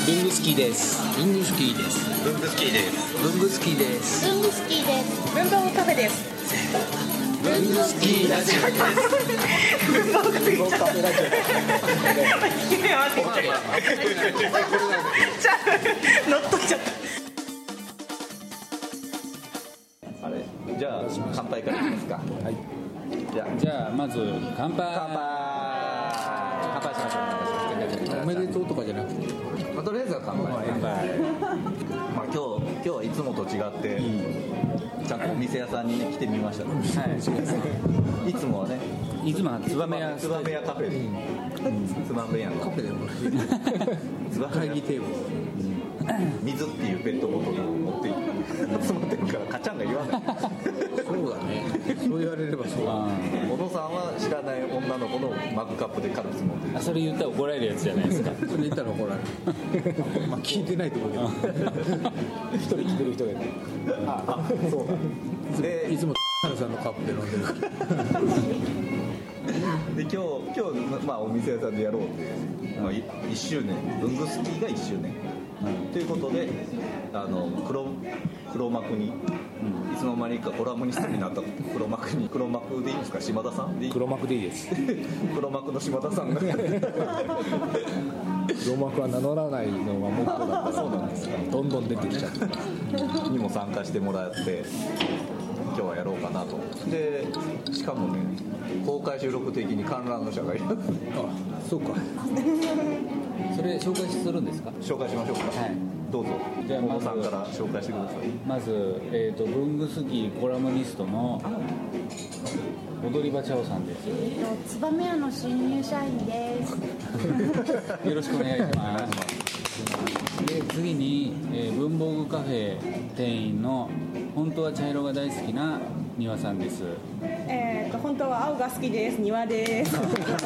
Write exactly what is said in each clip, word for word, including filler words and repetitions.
文具スキーです。文具スキーです。 文具スキーです。 文具スキーです。 文具スキーです。文房具カフェです。 文具スキーラジオです。 文房具カフェラジオ。じゃあ乗っ取っちゃった。 あれ、じゃあ乾杯からいきますか。はい。じゃあ、 じゃあまず乾杯。 乾杯。乾杯しましょう。 おめでとうとかじゃなくて、 まあ、とりあえずは乾杯。乾杯。まあ今日今日はいつもと違って、うん、ちゃんとお店屋さんに、ね、来てみました、ね。はい。いつもはね。 いつもはツバメ屋ツバメ屋カフェで。うん、ツバメ屋カフェでもツバメ会議テーブル。水っていうペットボトルを持って集まってるからカチャンが言わないそうだね、そう言われればそうだ。 小野さんは知らない女の子のマグカップでカルピス飲んでる。 あ、それ言ったら怒られるやつじゃないですか。 それ言ったら怒られるまあ聞いてないと思うけど一人聞いてる人がいる。 ああ、そうだ。 でいつもハルさんのカップで飲んでるで今日今日、まあ、お店屋さんでやろうって、まあ、いっしゅうねん、文具スキーがいっしゅうねん、うん、ということであの 黒, 黒幕に、うん、いつの間にかコラムニストになった黒幕に黒幕でいいんですか、島田さんでいい？ 黒幕でいいです黒幕の島田さんが黒幕は名乗らないのがモットーだったらそうなんですか、どんどん出てきちゃうにも参加してもらって今日はやろうかなと。でしかもね、公開収録的に観覧の者がいる。あ、 そうか。 それ紹介するんですか？ 紹介しましょうか。はい、どうぞ。 じゃあ小野さんから紹介してください。 まず、えーと、文具スキーコラムニストの踊り場ちゃおさんです。 ツバメ屋の新入社員です。 よろしくお願いします。で次に、えー、文房具カフェ店員の本当は茶色が大好きな庭さんです。 えーと本当は青が好きです。庭です。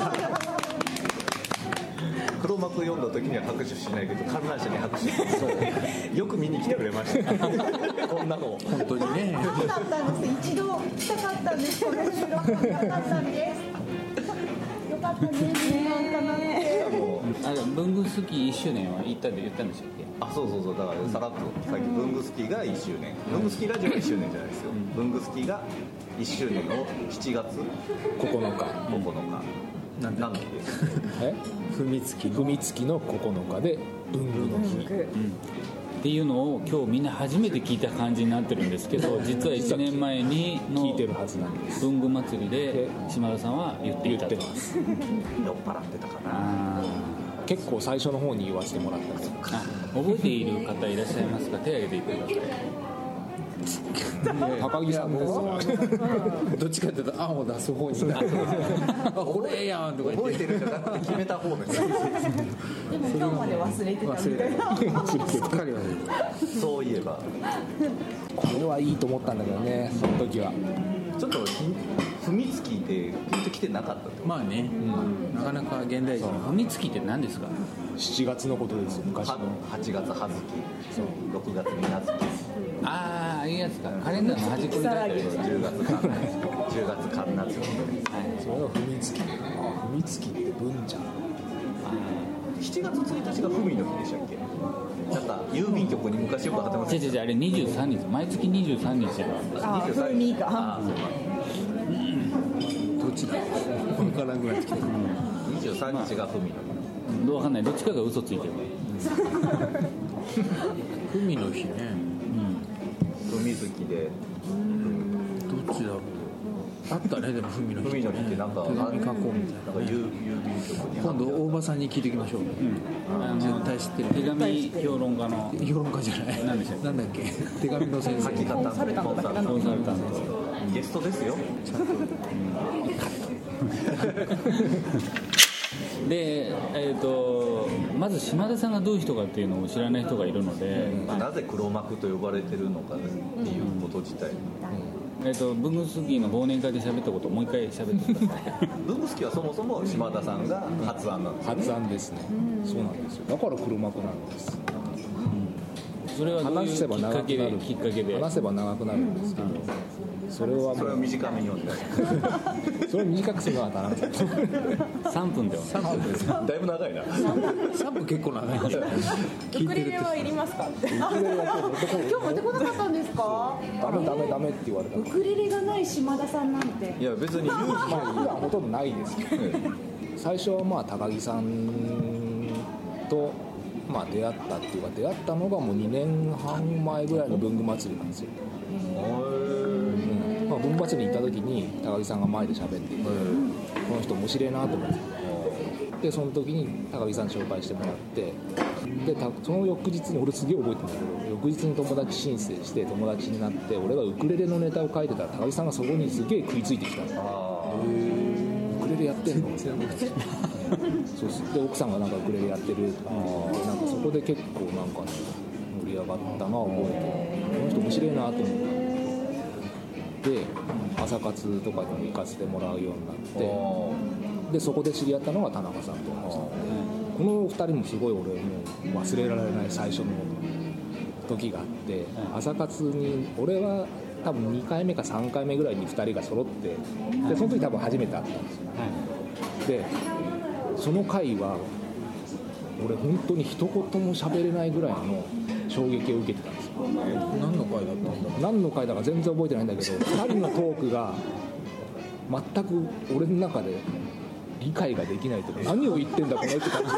黒幕読んだ時には拍手しないけど観覧車に拍手そうよく見に来てくれましたこんなの本当にね。 なかったんです。一度来たかったんです。この収録がなかったんです。よかったですね。かなって。 あれ文具スキーいっしゅうねんは行ったって言ったんでしたっけ？ あ、そうそうそう、だからさらっとさっき文具スキーがいっしゅうねん、文具スキーラジオがいっしゅうねんじゃないですよ、うん、文具スキーがいっしゅうねんのしちがつここのかここのかなんだっけえ踏みつき踏みつきのここのかで文具の日、うん、 っていうのを今日みんな初めて聞いた感じになってるんですけど、実はいちねんまえにの聞いてるはずなんです。 文具祭りで島田さんは言っていたと。 酔っ払ってたかな。 結構最初の方に言わせてもらったんです。 あ、覚えている方いらっしゃいますか？手を挙げてください。 高木さんですどっちかっていうと案を出す方にこれやんとか覚えてるんじゃなくて決めた方ですでも今日まで忘れてたみたいな。 すっかり忘れてそういえばこれはいいと思ったんだけどね、その時はちょっと踏みつきでピンときてなかったってこと。 まあね、うん、なかなか現代人踏みつきって何ですか？ しちがつのことですよ。昔のはちがつはずき、ろくがつみなずき、 ああ、いいやつか。カレンダーの端っこに書いてあるやつ。 じゅうがつかんなつじゅうがつかんなつ、 それは踏みつき。あ、踏みつきって文じゃん。 しちがつついたちがふみの日でしたっけ？なんか郵便局に昔よく貼ってました。 違う違う、あれにじゅうさんにち、毎月にじゅうさんにちだ。 あ、ふみか。 あ、そうか。 どっちだ分からんぐらいつけてる。 にじゅうさんにちがふみの日。 分かんない、どっちかが嘘ついてる。 ふみの日ね。 ふみ好きで。 どっちだろう。あったね、でもふみの日、ね。 ふみの日ってなんか手紙書こうみたいな。 なんか郵便局に。 今度大場さんに聞いておきましょう。うん、あの絶対知ってる。 手紙評論家の。 評論家じゃない。 何でしたっけ？ なんだっけ。手紙の先生。 書き方のコンサルタント。 コンサルタント。 ゲストですよ。ちゃんと。 で、えー、とまず島田さんがどういう人かっていうのを知らない人がいるので、 まあ、なぜ黒幕と呼ばれてるのかっていうこと自体、 うん、えー、と文具スキーの忘年会で喋ったことをもう一回喋ってください。 文具スキーはそもそも島田さんが発案なんですよね。 発案ですね。そうなんですよ。だから黒幕なんです。 それはどういう話せばきっかけで長くなるきっかけで話せば長くなるんですけど、それはもそれをう短めにお願いしますそれを短くするのは田中さんさんぷんではさんぷんですだいぶ長いなさんぷん結構長いんじゃないウクレレはいりますかって今日持ってこなかったんですか？ ダメダメダメって言われたウクレレがない島田さんなんて。 いや別に言うまあ今はほとんどないですけど最初はまあ高木さんとまあ出会ったっていうか出会ったのがもうにねんはんまえぐらいの文具祭りなんですよ、うんまあ、文具祭りに行った時に高木さんが前で喋っていて、この人面白いなと思ってでその時に高木さん紹介してもらってでたその翌日に俺すげえ覚えてるんだけど翌日に友達申請して友達になって俺がウクレレのネタを書いてたら高木さんがそこにすげえ食いついてきたの。ウクレレやってんのそうそうで奥さんがなんかウクレレやってるって言ってなんかそこで結構なんか、ね、盛り上がったのは覚えてこの人面白いなと思ってで朝活とかにも行かせてもらうようになってでそこで知り合ったのが田中さんと話したのでこのふたりもすごい俺もう忘れられない最初の時があって朝活に俺は多分にかいめかさんかいめぐらいにふたりが揃ってでその時多分初めて会ったんですよ、はい、でその回は俺本当に一言も喋れないぐらいの衝撃を受けてたんですよ。 何の回だったんだろ何の回だか全然覚えてないんだけどふたりのトークが全く俺の中で理解ができないというか何を言ってんだこの人って感じ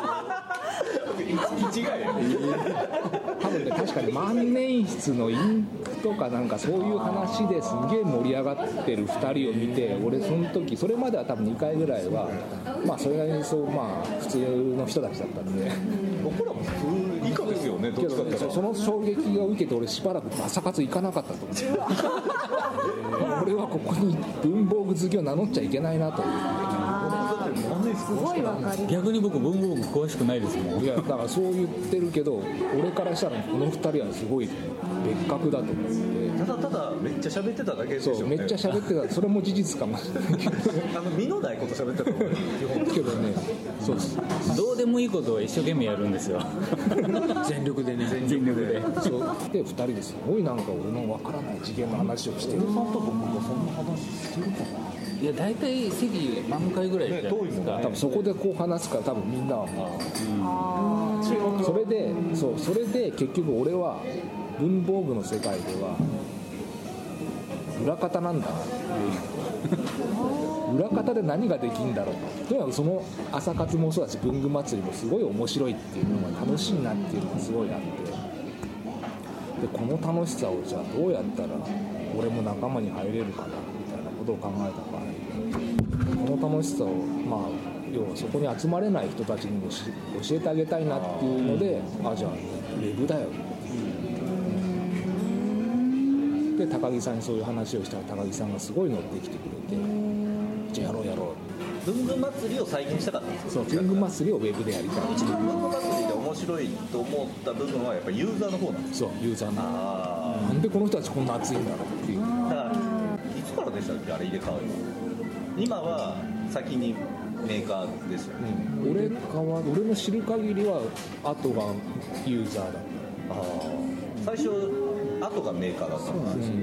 違うよ多分ね確かに万年筆のインクとかなんかそういう話ですげえ盛り上がってるふたりを見て俺その時それまでは多分にかいぐらいはまあそれなりにそうまあ普通の人たちだったんで僕らも普通以下ですよねどっちかって言ったらその衝撃を受けて俺しばらく朝活行かなかったと思って俺はここに文房具好きを名乗っちゃいけないなと思ってすごいわかり逆に僕文房具詳しくないですもん。 いやだからそう言ってるけど俺からしたらこのふたりはすごい別格だと思ってただただめっちゃ喋ってただけでしょ、ね、 そうめっちゃ喋ってたそれも事実かもしれないけどあの身のないこと喋ってたと思う基本けどねそうですどうでもいいことを一生懸命やるんですよ全力でね全力でそうでふたりですごいなんか俺のわからない次元の話をしてるいや大体席何回ぐらいじゃないですか、 多分そこでこう話すから多分みんなはもうそれでそうそれで結局俺は文房具の世界では裏方なんだなっていう裏方で何ができるんだろうとにかくその朝活もそうだし文具祭りもすごい面白いっていうのが楽しいなっていうのがすごいあってでこの楽しさをじゃあどうやったら俺も仲間に入れるかなみたいなことを考えた場合この楽しさをまあ要はそこに集まれない人たちにも教えてあげたいなっていうのであじゃあウェブだよで高木さんにそういう話をしたら高木さんがすごい乗ってきてくれてじゃあやろうやろう文具祭りを再現したかったんですよそう文具祭りをウェブでやりたい一番文具祭りで面白いと思った部分はやっぱりユーザーの方なんですそうユーザーのあなんでこの人たちこんな熱いんだろうっていうあだからいつからでしたっけあれ入れ替わりは今は先にメーカーですよね、 うん、俺俺の知る限りは後がユーザーだったああ最初後がメーカーだったんですよ、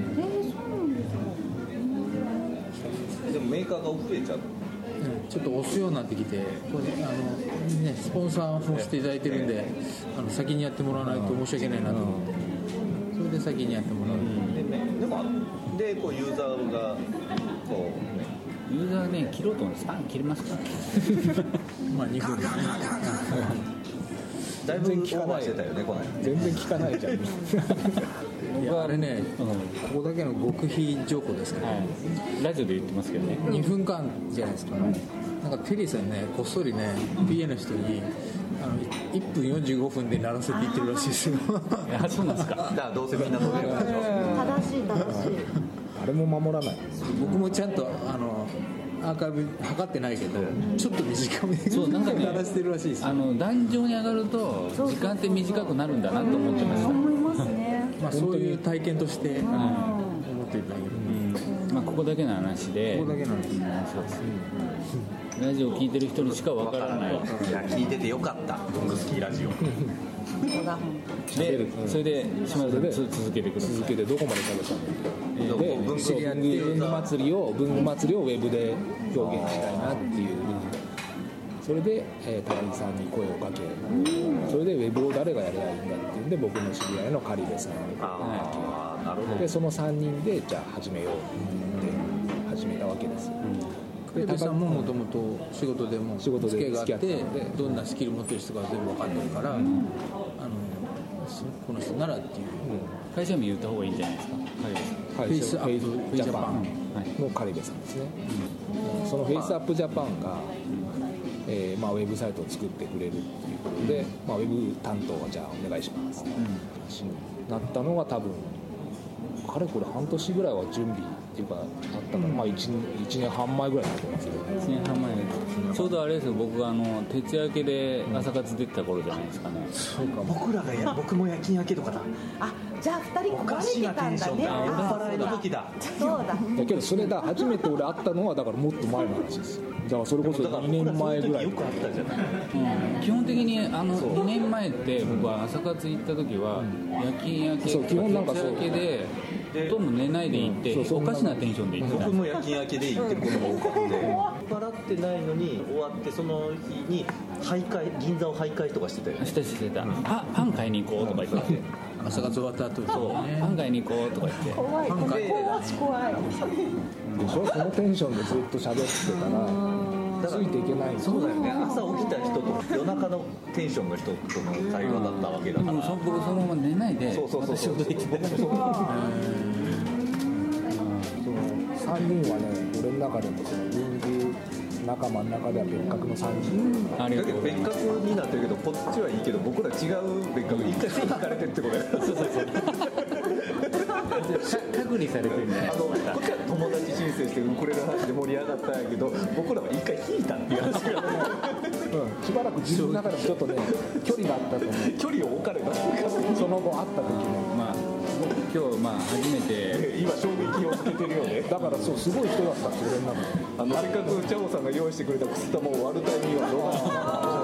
うん、でもメーカーが増えちゃうちょっと押すようになってきてこれあの、ね、スポンサーもしていただいてるんであの先にやってもらわないと申し訳ないなと思ってそれで先にやってもらう、うん、 で, でもでこうユーザーがこうねユーザーね切ろうと思ってスパン切れますかまあにふんでねだいぶオーバーしてたよねこの間全然聞かないじゃんいやあれね、うん、ここだけの極秘情報ですから、ねはい、 ラジオで言ってますけどねにふんかんじゃないですか、ね、なんかテリーさんねこっそりね ピーエー の人にあのいっぷんよんじゅうごふんで鳴らせていってるらしいですよいやそうなんですかだからどうせみんな飲めるからでしょ正しい正しいあれも守らない僕もちゃんとあのアーカイブ測ってないけどちょっと短めそうなんかね鳴らしてるらしいですあの壇上に上がると時間って短くなるんだなと思ってました思いますねまあそういう体験として、うん、思っていただける、 うんまあ、ここだけの話でここだけの話、うん、 そうです、うん、ラジオを聞いてる人にしかわからないいや聞いててよかった文具好きラジオでそれで島田さんつ続けてくる続けてどこまで喋ったので、 文具そう文具文具祭りを文具祭りをウェブで表現したいなっていう、それで、えー、高木さんに声をかけ、それでウェブを誰がやればいいんだっていうんで、僕の知り合いの狩部さんに声をかけ、なるほど。でそのさんにんでじゃあ始めようって始めたわけですよ。 狩部さんももともと仕事でも仕事で付けがあって付き合ったんでどんなスキル持ってる人が全部分かってるから、うん、あのこの人ならっていう、 うん、会社名言った方がいいんじゃないですか。 はい、 フェイスアップジャパンの狩部さんですね、うん、そのフェイスアップジャパンが、えーまあ、ウェブサイトを作ってくれるっていうことで、まあ、ウェブ担当はじゃあお願いしますって話になったのが多分かれこれ半年ぐらいは準備っていうかあったから、まあ 1, 1年半前ぐらいだと思うんですけどね。 いちねんはん前でちょうどあれですよ、僕があの徹夜明けで朝活出てた頃じゃないですかね。 そうかも。 僕らがや僕も夜勤明けとかだ。 あ、じゃあふたり組まれてたんだね。 酔っ払いの時だ。 そうだ。 だけどそれだ初めて俺会ったのはだからもっと前の話ですよ。だからそれこそにねんまえぐらい。 よくあったじゃない。 うん、基本的にあのにねんまえって僕は朝活行った時は夜勤明けそう基本なんかそう徹夜明けでほとんど寝ないで行って、 うんそうおかしなテンションで行ってた。 僕も夜勤明けで行ってることが多かったんで、払ってないのに終わってその日に徘徊銀座を徘徊とかしてたよね。 してしてた。パパン買いに行こうとか言って朝活終わった後にねパン買いに行こうとか言って怖い。 パン買い怖い怖い。 でしょ、そのテンションでずっと喋ってたらついていけない。 そうだよね。朝起きた人と夜中のテンションの人との会話だったわけだから。 でもそ僕そのまま寝ないでそうそうそうそう。 また仕事行ってた。 さんにんはね、俺の中でもその文具仲間の中では別格のさんにん。 ありだけどがとうございます。 別格になってるけどこっちはいいけど僕ら違う別格一回線引かれてるってことだよ。そうそうそう。 隔離されてるね。 あのこっちは友達申請してウクレレの話で盛り上がったんやけど僕らは一回引いたっていう話が、 うん、しばらく自分の中でもちょっとね距離があったと思う。 距離を置かれたその後会った時もまあ今日まあ初めて今衝撃を受けてるよね。 だからそうすごい人だったんですよ俺の中で。 あのせっかくチャオさんが用意してくれた靴玉を割るタイミングはどうかな。